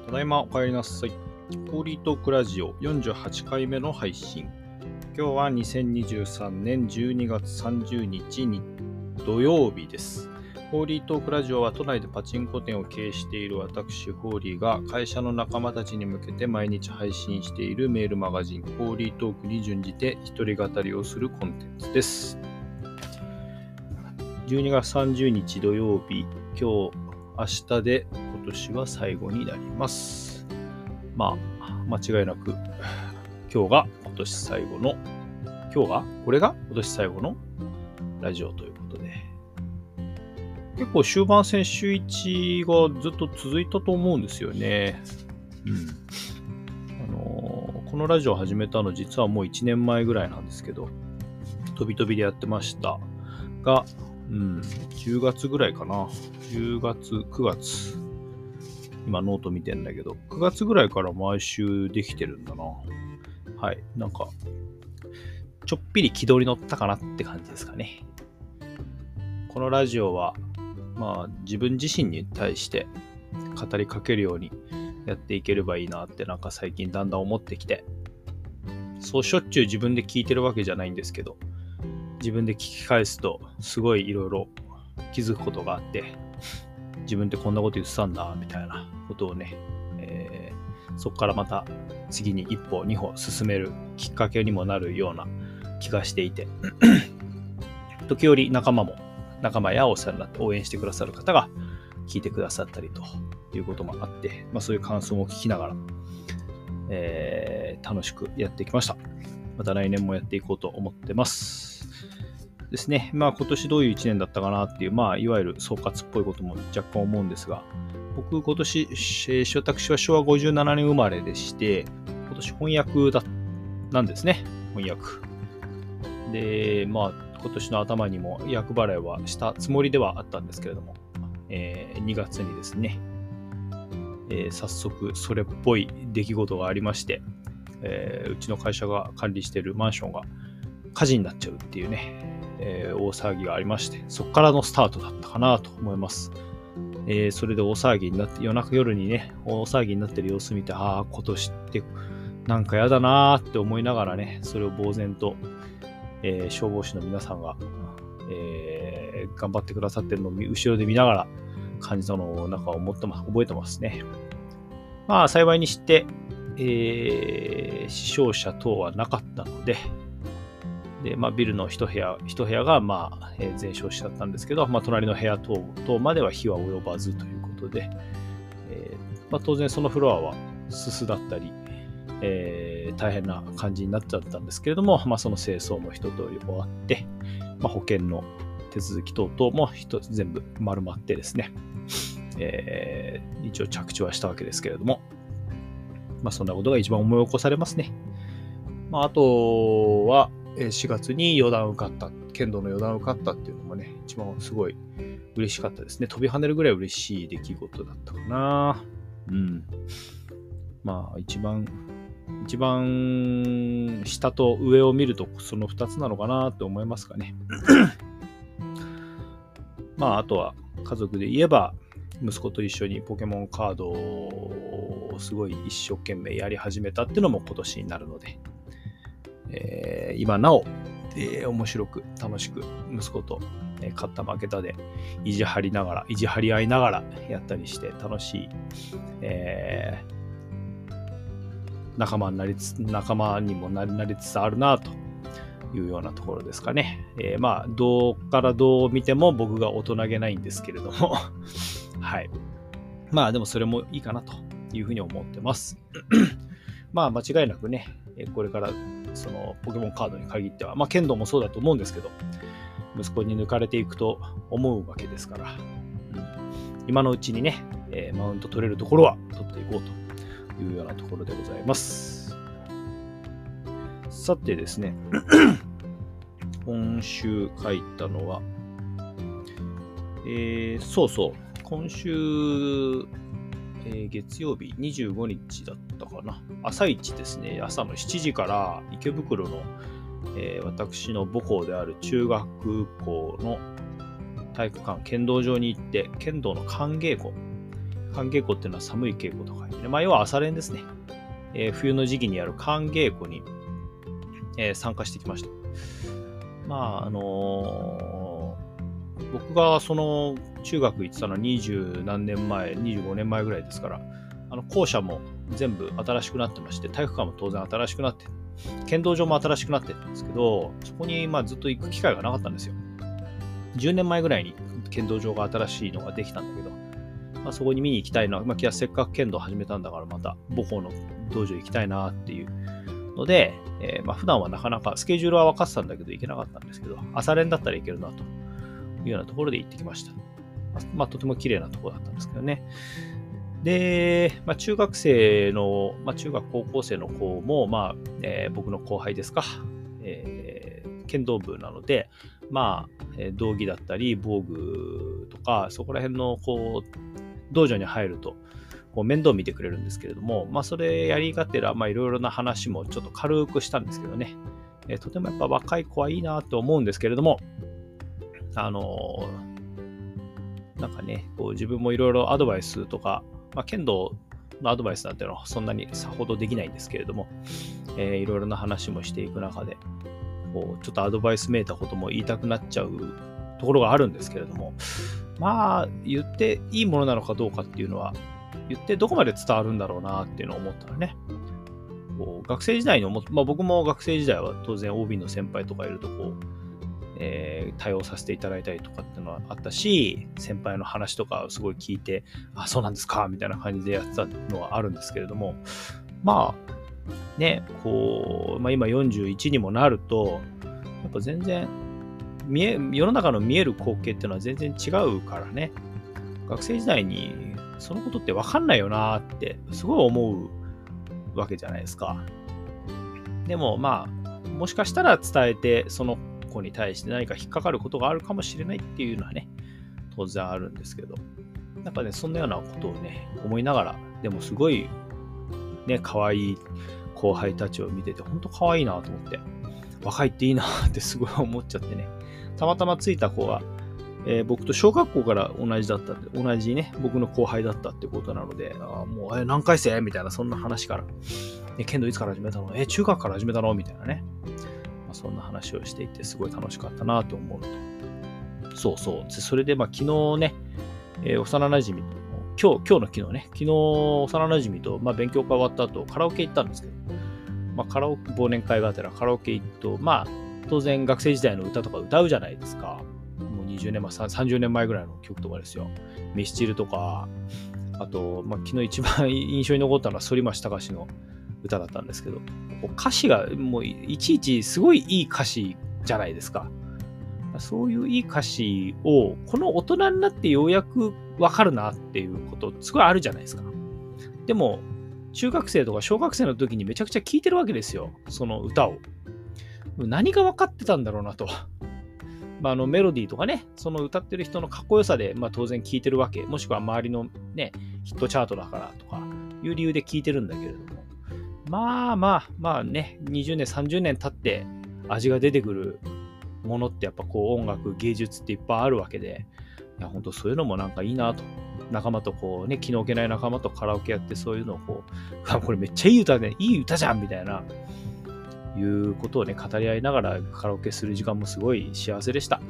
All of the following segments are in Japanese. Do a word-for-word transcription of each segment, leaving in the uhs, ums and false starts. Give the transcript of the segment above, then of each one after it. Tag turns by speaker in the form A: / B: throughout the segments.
A: ただいまお帰りなさい。ホーリートークラジオよんじゅうはちかいめの配信。今日はにせんにじゅうさんねんじゅうにがつさんじゅうにちに土曜日です。ホーリートークラジオは都内でパチンコ店を経営している私ホーリーが会社の仲間たちに向けて毎日配信しているメールマガジンホーリートークに準じて一人語りをするコンテンツです。じゅうにがつさんじゅうにち土曜日、今日明日で今年は最後になります。まあ間違いなく今日が今年最後の今日がこれが今年最後のラジオということで、結構終盤戦週いちがずっと続いたと思うんですよね。うん。あのー、このラジオを始めたの実はもういちねんまえぐらいなんですけど、飛び飛びでやってましたが、うん、じゅうがつぐらいかな。じゅうがつ、くがつ。今ノート見てんだけど、くがつぐらいから毎週できてるんだな。はい。なんか、ちょっぴり軌道に乗ったかなって感じですかね。このラジオは、まあ自分自身に対して語りかけるようにやっていければいいなってなんか最近だんだん思ってきて、そうしょっちゅう自分で聞いてるわけじゃないんですけど、自分で聞き返すとすごいいろいろ気づくことがあって、自分ってこんなこと言ってたんだみたいなことをね、えー、そこからまた次に一歩二歩進めるきっかけにもなるような気がしていて時折仲間も仲間やお世話になって応援してくださる方が聞いてくださったりということもあって、まあ、そういう感想も聞きながら、えー、楽しくやってきました。また来年もやっていこうと思ってますですね。まあ今年どういういちねんだったかなっていう、まあいわゆる総括っぽいことも若干思うんですが、僕今年、私はしょわごじゅうななねん生まれでして、今年翻訳だなんですね。翻訳。で、まあ今年の頭にも厄払いはしたつもりではあったんですけれども、えー、にがつにですね、えー、早速それっぽい出来事がありまして、えー、うちの会社が管理しているマンションが火事になっちゃうっていうね、えー、大騒ぎがありまして、そこからのスタートだったかなと思います。えー、それで大騒ぎになって、夜中夜にね、大騒ぎになってる様子見て、ああ、今年ってなんかやだなーって思いながらね、それを呆然と、えー、消防士の皆さんが、えー、頑張ってくださってるのを後ろで見ながら感じたのをなんか思ってます、覚えてますね。まあ幸いにして、えー、死傷者等はなかったので、で、まあ、ビルの一部屋、一部屋が、まあ、えー、全焼しちゃったんですけど、まあ、隣の部屋等々までは火は及ばずということで、えーまあ、当然そのフロアはすすだったり、えー、大変な感じになっちゃったんですけれども、まあ、その清掃も一通り終わって、まあ、保険の手続き等々も一つ全部丸まってですね、えー、一応着地はしたわけですけれども、まあ、そんなことが一番思い起こされますね。まあ、あとは、しがつに四段受かった、剣道の四段受かったっていうのもね、一番すごい嬉しかったですね。飛び跳ねるぐらい嬉しい出来事だったかな。うん。まあ、一番、一番下と上を見るとその二つなのかなって思いますかね。まあ、あとは家族で言えば、息子と一緒にポケモンカードをすごい一生懸命やり始めたっていうのも今年になるので、えー、今なお、えー、面白く楽しく息子と、えー、勝った負けたで意地張りながら意地張り合いながらやったりして楽しい、えー、仲間になりつつ仲間にもなり、なりつつあるなというようなところですかね。えー、まあどうからどう見ても僕が大人げないんですけれどもはい、まあでもそれもいいかなというふうに思ってますまあ間違いなくね、これからそのポケモンカードに限っては、まあ剣道もそうだと思うんですけど、息子に抜かれていくと思うわけですから、うん、今のうちにね、えー、マウント取れるところは取っていこうというようなところでございます。さてですね今週書いたのは、えー、そうそう今週えー、月曜日にじゅうごにちだったかな、朝一ですね、朝のしちじから池袋の、えー、私の母校である中学校の体育館剣道場に行って剣道の寒稽古寒稽古っていうのは寒い稽古とか、ね、まあ要は朝練ですね。えー、冬の時期にやる寒稽古に、えー、参加してきました。まああのー、僕がその中学行ってたのは二十何年前、にじゅうごねんまえぐらいですから、あの校舎も全部新しくなってまして、体育館も当然新しくなって、剣道場も新しくなってるんですけど、そこにまあずっと行く機会がなかったんですよ。じゅうねんまえぐらいに剣道場が新しいのができたんだけど、まあ、そこに見に行きたいな、まあ、せっかく剣道始めたんだからまた母校の道場行きたいなっていうので、えー、まあ普段はなかなかスケジュールは分かってたんだけど行けなかったんですけど、朝練だったら行けるなというようなところで行ってきました。まあとても綺麗なところだったんですけどね。で、まあ、中学生の、まあ、中学高校生の子も、まあえー、僕の後輩ですか、えー、剣道部なので、まあ、えー、道着だったり防具とかそこら辺のこう道場に入るとこう面倒見てくれるんですけれども、まあ、それやりがてら、まあ、いろいろな話もちょっと軽くしたんですけどね、えー、とてもやっぱ若い子はいいなと思うんですけれども、あのー、なんかね、こう自分もいろいろアドバイスとか、まあ、剣道のアドバイスなんていうのはそんなにさほどできないんですけれども、えー、いろいろな話もしていく中で、こうちょっとアドバイスめいたことも言いたくなっちゃうところがあるんですけれども、まあ言っていいものなのかどうかっていうのは、言ってどこまで伝わるんだろうなっていうのを思ったらね、こう学生時代に思っ、まあ、僕も学生時代は当然 オービー の先輩とかいるとこう、えー、対応させていただいたりとかっていうのはあったし、先輩の話とかをすごい聞いて、あ、そうなんですかみたいな感じでやってたのはあるんですけれども、まあね、こう、まあ、今よんじゅういちにもなると、やっぱ全然見え、世の中の見える光景っていうのは全然違うからね、学生時代にそのことって分かんないよなってすごい思うわけじゃないですか。でもまあ、もしかしたら伝えて、その子に対して何か引っかかることがあるかもしれないっていうのはね、当然あるんですけど、やっぱね、そんなようなことをね、思いながら、でもすごいね、可愛い後輩たちを見てて、ほんと可愛いなと思って、若いっていいなってすごい思っちゃってね、たまたまついた子が、えー、僕と小学校から同じだったって、同じね、僕の後輩だったってことなので、あもう、え、何回生みたいな、そんな話から、え、剣道いつから始めたのえ、中学から始めたのみたいなね。まあ、そんな話をしていて、すごい楽しかったなと思うのと。そうそう。それで、まあ、昨日ね、えー、幼馴染と、今日、今日の昨日ね、昨日、幼馴染と、まあ、勉強会終わった後、カラオケ行ったんですけど、まあ、カラオケ、忘年会がてらカラオケ行くと、まあ、当然学生時代の歌とか歌うじゃないですか。もうにじゅうねんまえ、さんじゅうねんまえぐらいの曲とかですよ。ミスチルとか、あと、まあ、昨日一番印象に残ったのは反町隆史の歌だったんですけど、歌詞がもういちいちすごいいい歌詞じゃないですか。そういういい歌詞をこの大人になってようやくわかるなっていうことすごいあるじゃないですか。でも中学生とか小学生の時にめちゃくちゃ聴いてるわけですよ、その歌を。何が分かってたんだろうなと。まあ、あのメロディーとかね、その歌ってる人のかっこよさで、まあ、当然聴いてるわけ、もしくは周りのねヒットチャートだからとかいう理由で聴いてるんだけれども、まあまあまあね、にじゅうねんさんじゅうねん経って味が出てくるものってやっぱこう音楽芸術っていっぱいあるわけで、いや本当そういうのもなんかいいなと、仲間とこうね、気の置けない仲間とカラオケやって、そういうのをこう、うこれめっちゃいい歌ね、いい歌じゃんみたいないうことをね語り合いながらカラオケする時間もすごい幸せでした。うん、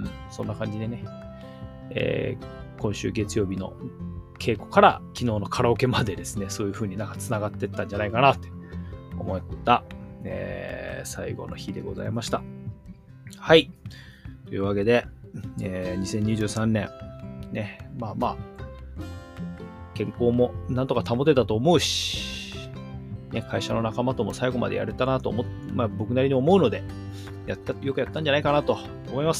A: そんな感じでね、えー、今週月曜日の稽古から昨日のカラオケまでですね、そういう風になんか繋がってったんじゃないかなって思った、えー、最後の日でございました。はい。というわけで、えー、にせんにじゅうさんねん、ね、まあまあ、健康もなんとか保てたと思うし、ね、会社の仲間とも最後までやれたなと思っ、まあ僕なりに思うので、やった、よくやったんじゃないかなと思います。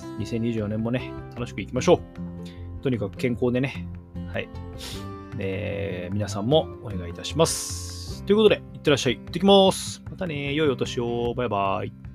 A: にせんにじゅうよねんもね、楽しくいきましょう。とにかく健康でね、はい。えー、皆さんもお願いいたします。ということで、いってらっしゃい。行ってきます。またね。良いお年を。バイバイ。